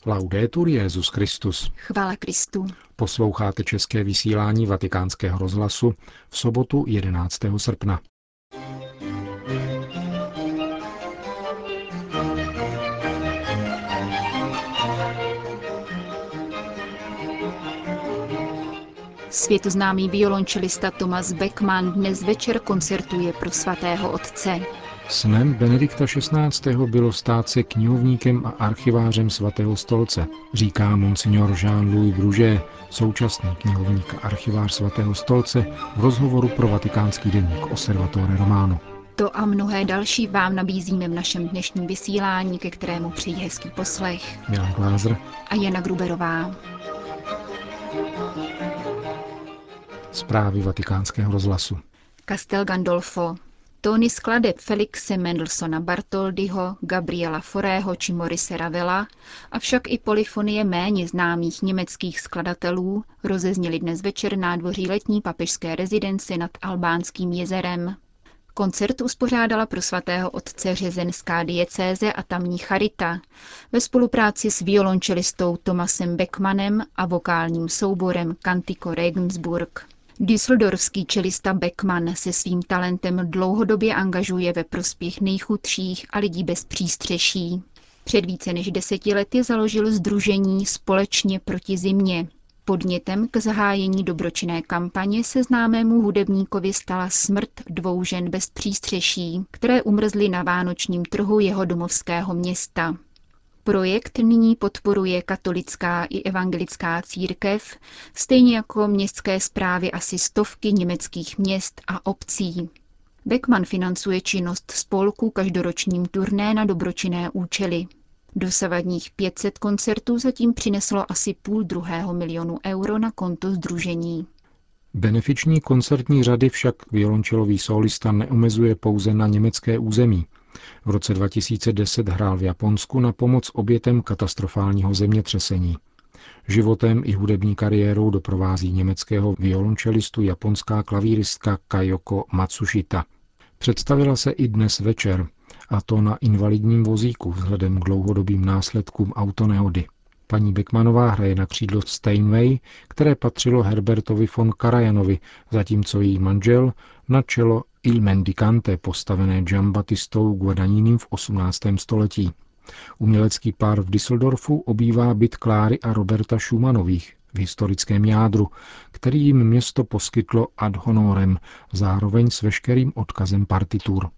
Laudetur Jesus Christus. Chvála Kristu. Posloucháte české vysílání Vatikánského rozhlasu v sobotu 11. srpna. Světoznámý violončelista Thomas Beckmann dnes večer koncertuje pro svatého otce. Snem Benedikta XVI. Bylo stát se knihovníkem a archivářem svatého stolce, říká monsignor Jean-Louis Bruget, současný knihovník a archivář svatého stolce v rozhovoru pro vatikánský deník Osservatore Romano. To a mnohé další vám nabízíme v našem dnešním vysílání, ke kterému přejí hezký poslech. Milan Glázer a Jana Gruberová. Zprávy vatikánského rozhlasu. Castel Gandolfo. Tóny skladeb Felixe Mendelssohna Bartholdyho, Gabriela Faurého či Maurice Ravela, avšak i polyfonie méně známých německých skladatelů rozezněly dnes večer nádvoří letní papežské rezidence nad Albánským jezerem. Koncert uspořádala pro svatého otce řezenská diecéze a tamní charita ve spolupráci s violončelistou Thomasem Beckmannem a vokálním souborem Cantico Regensburg. Düsseldorfský čelista Beckmann se svým talentem dlouhodobě angažuje ve prospěch nejchudších a lidí bez přístřeší. Před více než 10 lety založil sdružení Společně proti zimě. Podnětem k zahájení dobročinné kampaně se známému hudebníkovi stala smrt 2 žen bez přístřeší, které umrzly na vánočním trhu jeho domovského města. Projekt nyní podporuje katolická i evangelická církev, stejně jako městské správy asi stovky německých měst a obcí. Beckmann financuje činnost spolku každoročním turné na dobročinné účely. Dosavadních 500 koncertů zatím přineslo asi 500 000 euro na konto sdružení. Benefiční koncertní řady však violončelový solista neomezuje pouze na německé území. V roce 2010 hrál v Japonsku na pomoc obětem katastrofálního zemětřesení. Životem i hudební kariérou doprovází německého violončelistu japonská klavíristka Kayoko Matsushita. Představila se i dnes večer, a to na invalidním vozíku vzhledem k dlouhodobým následkům autonehody. Paní Beckmannová hraje na křídlo Steinway, které patřilo Herbertovi von Karajanovi, zatímco její manžel na čelo Il Mendicante postavené Giambattistou Guadagninim v 18. století. Umělecký pár v Düsseldorfu obývá byt Kláry a Roberta Schumannových v historickém jádru, který jim město poskytlo ad honorem, zároveň s veškerým odkazem partitur.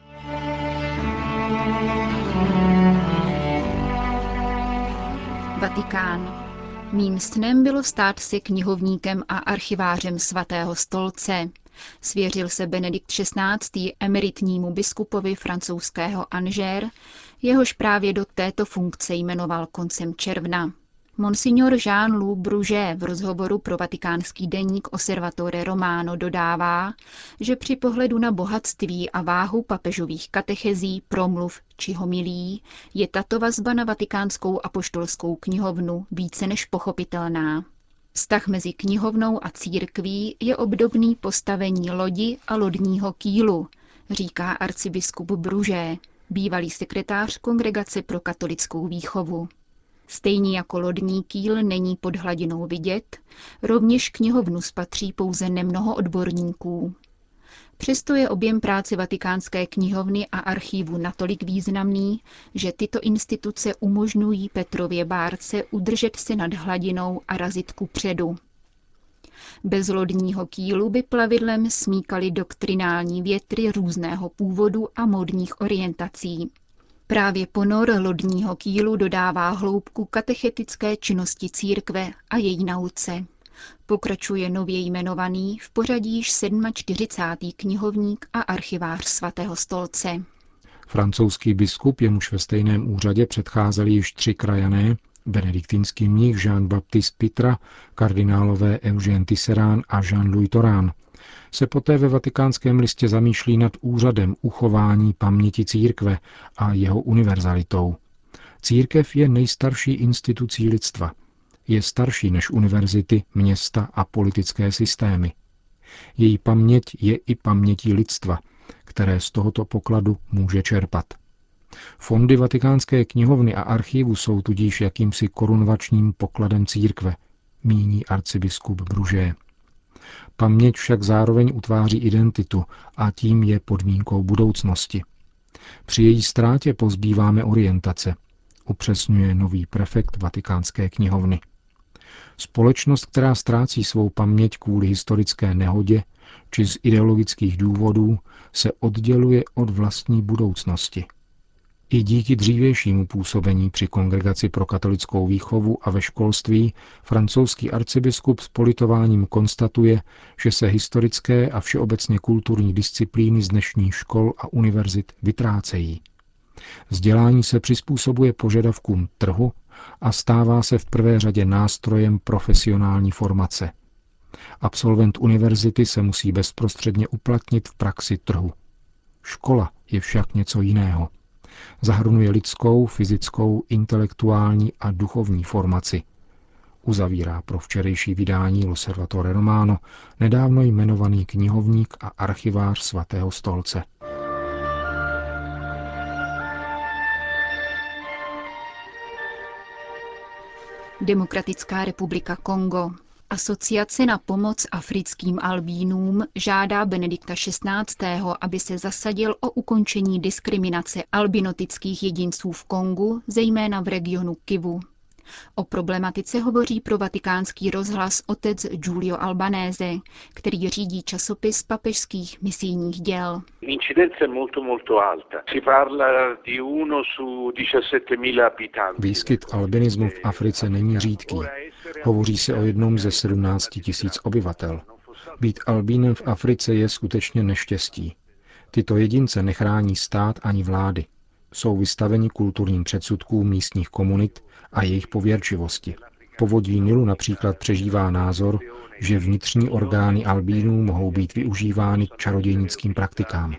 Vatikán. Mým snem bylo stát se knihovníkem a archivářem svatého stolce. Svěřil se Benedikt XVI. Emeritnímu biskupovi francouzského Angers, jehož právě do této funkce jmenoval koncem června. Monsignor Jean-Louis Bruget v rozhovoru pro vatikánský deník Osservatore Romano dodává, že při pohledu na bohatství a váhu papežových katechezí, promluv či homilí je tato vazba na Vatikánskou apoštolskou knihovnu více než pochopitelná. Vztah mezi knihovnou a církví je obdobný postavení lodi a lodního kýlu, říká arcibiskup Bruget, bývalý sekretář Kongregace pro katolickou výchovu. Stejně jako lodní kýl není pod hladinou vidět, rovněž knihovnu spatří pouze nemnoho odborníků. Přesto je objem práce Vatikánské knihovny a archívu natolik významný, že tyto instituce umožňují Petrově bárce udržet se nad hladinou a razit kupředu. Bez lodního kýlu by plavidlem smíkaly doktrinální větry různého původu a módních orientací. Právě ponor lodního kýlu dodává hloubku katechetické činnosti církve a její nauce. Pokračuje nově jmenovaný v pořadí již 47. knihovník a archivář svatého stolce. Francouzský biskup, jemuž ve stejném úřadě předcházeli již 3 krajané, benediktinský mních Jean-Baptiste Pitra, kardinálové Eugène Tisserand a Jean-Louis Torán, se poté ve Vatikánském listě zamýšlí nad úřadem uchování paměti církve a jeho univerzalitou. Církev je nejstarší institucí lidstva. Je starší než univerzity, města a politické systémy. Její paměť je i pamětí lidstva, které z tohoto pokladu může čerpat. Fondy Vatikánské knihovny a archivu jsou tudíž jakýmsi korunovačním pokladem církve, míní arcibiskup Bružé. Paměť však zároveň utváří identitu a tím je podmínkou budoucnosti. Při její ztrátě pozbýváme orientace, upřesňuje nový prefekt Vatikánské knihovny. Společnost, která ztrácí svou paměť kvůli historické nehodě či z ideologických důvodů, se odděluje od vlastní budoucnosti. I díky dřívějšímu působení při Kongregaci pro katolickou výchovu a ve školství francouzský arcibiskup s politováním konstatuje, že se historické a všeobecně kulturní disciplíny z dnešních škol a univerzit vytrácejí. Vzdělání se přizpůsobuje požadavkům trhu a stává se v prvé řadě nástrojem profesionální formace. Absolvent univerzity se musí bezprostředně uplatnit v praxi trhu. Škola je však něco jiného. Zahrnuje lidskou, fyzickou, intelektuální a duchovní formaci. Uzavírá pro včerejší vydání L'Osservatore Romano nedávno jmenovaný knihovník a archivář Svatého stolce. Demokratická republika Kongo. Asociace na pomoc africkým albínům žádá Benedikta XVI., aby se zasadil o ukončení diskriminace albinotických jedinců v Kongu, zejména v regionu Kivu. O problematice hovoří pro Vatikánský rozhlas otec Giulio Albanese, který řídí časopis papežských misijních děl. Výskyt albinismu v Africe není řídký. Hovoří se o jednom ze 17 000 obyvatel. Být albínem v Africe je skutečně neštěstí. Tyto jedince nechrání stát ani vlády. Jsou vystaveni kulturním předsudkům místních komunit a jejich pověrčivosti. Povodí Nilu například přežívá názor, že vnitřní orgány albínů mohou být využívány k čarodějnickým praktikám.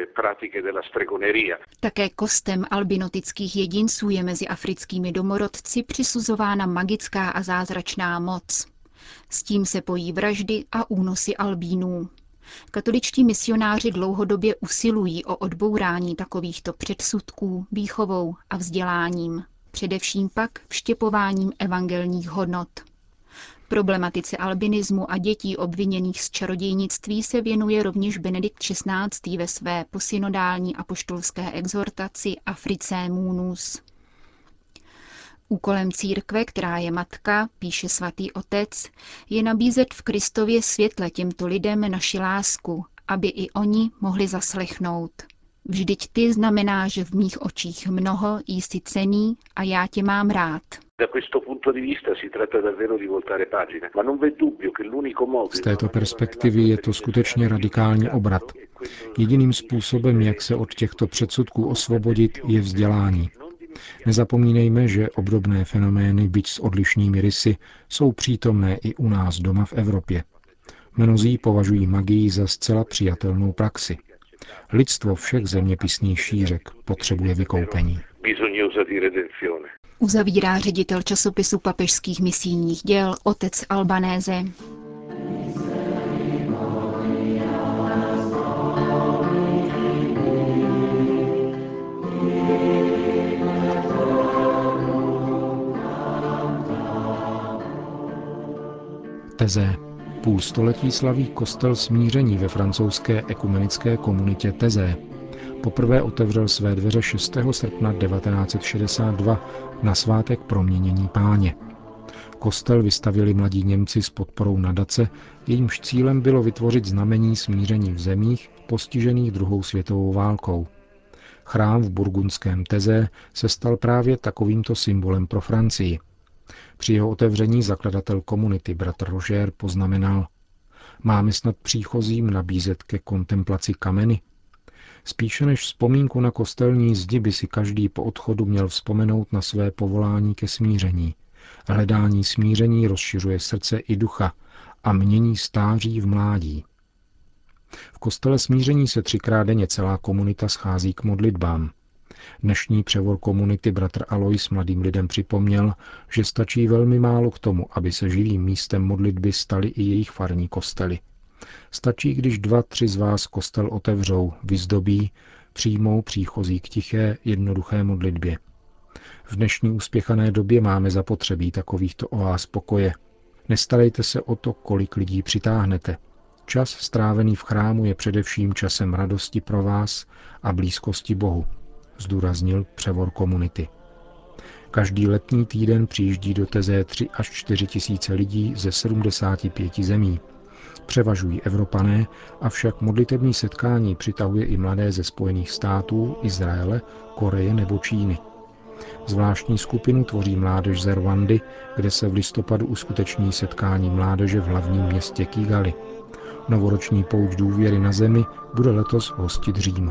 Také kostem albinotických jedinců je mezi africkými domorodci přisuzována magická a zázračná moc. S tím se pojí vraždy a únosy albínů. Katoličtí misionáři dlouhodobě usilují o odbourání takovýchto předsudků výchovou a vzděláním. Především pak vštěpováním evangelních hodnot. Problematice albinismu a dětí obviněných z čarodějnictví se věnuje rovněž Benedikt XVI. Ve své posynodální apoštolské exhortaci Africae Munus. Úkolem církve, která je matka, píše svatý otec, je nabízet v Kristově světle těmto lidem naši lásku, aby i oni mohli zaslechnout. Vždyť ty znamená, že v mých očích mnoho jsi cenný a já tě mám rád. Z této perspektivy je to skutečně radikální obrat. Jediným způsobem, jak se od těchto předsudků osvobodit, je vzdělání. Nezapomínejme, že obdobné fenomény, byť s odlišnými rysy, jsou přítomné i u nás doma v Evropě. Mnozí považují magii za zcela přijatelnou praxi. Lidstvo všech zeměpisných šířek potřebuje vykoupení. Uzavírá ředitel časopisu papežských misijních děl otec Albanese. Teze. Půl století slaví kostel smíření ve francouzské ekumenické komunitě Teze. Poprvé otevřel své dveře 6. srpna 1962 na svátek Proměnění Páně. Kostel vystavili mladí Němci s podporou nadace, jejímž cílem bylo vytvořit znamení smíření v zemích postižených druhou světovou válkou. Chrám v burgundském Teze se stal právě takovýmto symbolem pro Francii. Při jeho otevření zakladatel komunity bratr Roger poznamenal: Máme snad příchozím nabízet ke kontemplaci kameny? Spíše než vzpomínku na kostelní zdi by si každý po odchodu měl vzpomenout na své povolání ke smíření. Hledání smíření rozšiřuje srdce i ducha a mění stáří v mládí. V kostele smíření se 3krát denně celá komunita schází k modlitbám. Dnešní převor komunity bratr Alois mladým lidem připomněl, že stačí velmi málo k tomu, aby se živým místem modlitby staly i jejich farní kostely. Stačí, když 2-3 z vás kostel otevřou, vyzdobí, přijmou příchozí k tiché, jednoduché modlitbě. V dnešní uspěchané době máme zapotřebí takovýchto oáz pokoje. Nestarejte se o to, kolik lidí přitáhnete. Čas strávený v chrámu je především časem radosti pro vás a blízkosti Bohu, zdůraznil převor komunity. Každý letní týden přijíždí do Teze 3 až 4 tisíce lidí ze 75 zemí. Převažují Evropané, avšak modlitební setkání přitahuje i mladé ze Spojených států, Izraele, Koreje nebo Číny. Zvláštní skupinu tvoří mládež ze Rwandy, kde se v listopadu uskuteční setkání mládeže v hlavním městě Kigali. Novoroční pouť důvěry na zemi bude letos hostit Řím.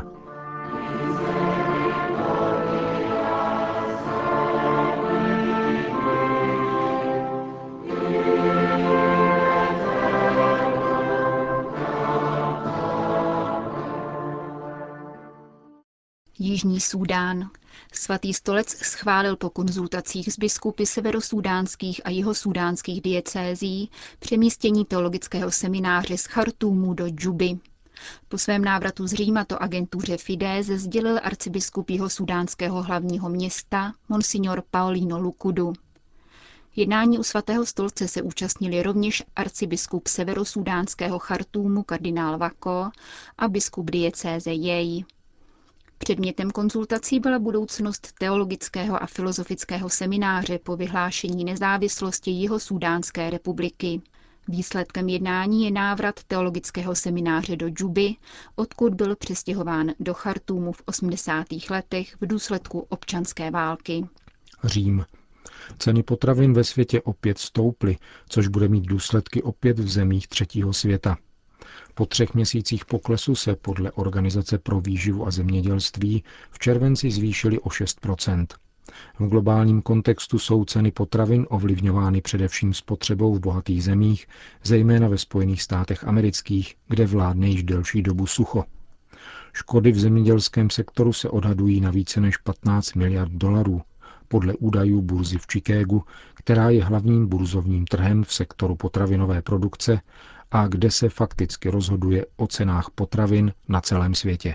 Jižní Súdán. Svatý stolec schválil po konzultacích s biskupy severosúdánských a jihosúdánských diecézí přemístění teologického semináře z Chartúmu do Džuby. Po svém návratu z Říma to agentuře Fides sdělil arcibiskup jihosúdánského hlavního města Monsignor Paulino Lukudu. Jednání u svatého stolce se účastnili rovněž arcibiskup severosúdánského Chartúmu kardinál Vako a biskup diecéze Jej. Předmětem konzultací byla budoucnost teologického a filozofického semináře po vyhlášení nezávislosti Jihosúdánské republiky. Výsledkem jednání je návrat teologického semináře do Džuby, odkud byl přestěhován do Chartúmu v 80. letech v důsledku občanské války. Řím. Ceny potravin ve světě opět stouply, což bude mít důsledky opět v zemích třetího světa. Po 3 měsících poklesu se podle Organizace pro výživu a zemědělství v červenci zvýšily o 6%. V globálním kontextu jsou ceny potravin ovlivňovány především spotřebou v bohatých zemích, zejména ve Spojených státech amerických, kde vládne již delší dobu sucho. Škody v zemědělském sektoru se odhadují na více než 15 miliard dolarů, podle údajů burzy v Chicagu, která je hlavním burzovním trhem v sektoru potravinové produkce a kde se fakticky rozhoduje o cenách potravin na celém světě.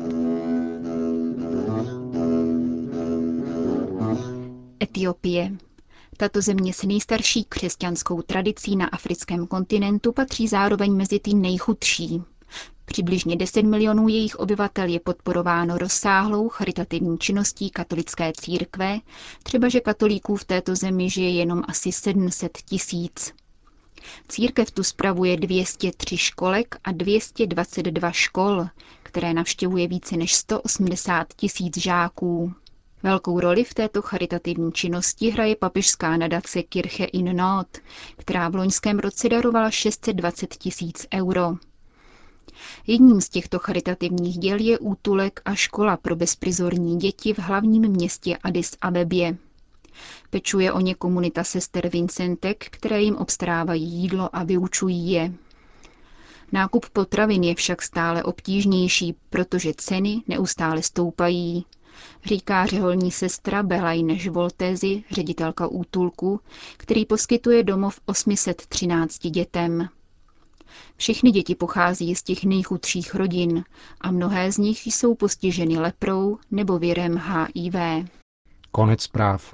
Etiopie. Tato země s nejstarší křesťanskou tradicí na africkém kontinentu patří zároveň mezi ty nejchudší. Přibližně 10 milionů jejich obyvatel je podporováno rozsáhlou charitativní činností katolické církve, třebaže katolíků v této zemi žije jenom asi 700 tisíc. Církev tu spravuje 203 školek a 222 škol, které navštěvuje více než 180 tisíc žáků. Velkou roli v této charitativní činnosti hraje papežská nadace Kirche in Not, která v loňském roce darovala 620 tisíc euro. Jedním z těchto charitativních děl je útulek a škola pro bezprizorní děti v hlavním městě Addis Abebě. Pečuje o ně komunita sester Vincentek, které jim obstarávají jídlo a vyučují je. Nákup potravin je však stále obtížnější, protože ceny neustále stoupají, říká řeholní sestra Belajne Žvoltézy, ředitelka útulku, který poskytuje domov 813 dětem. Všechny děti pochází z těch nejchudších rodin a mnohé z nich jsou postiženy leprou nebo virem HIV. Konec zpráv.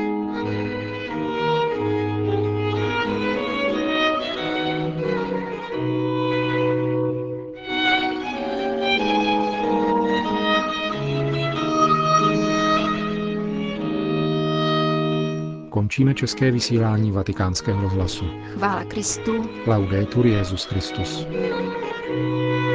Končíme české vysílání Vatikánského rozhlasu. Chvála Kristu. Laudetur Jesus Christus.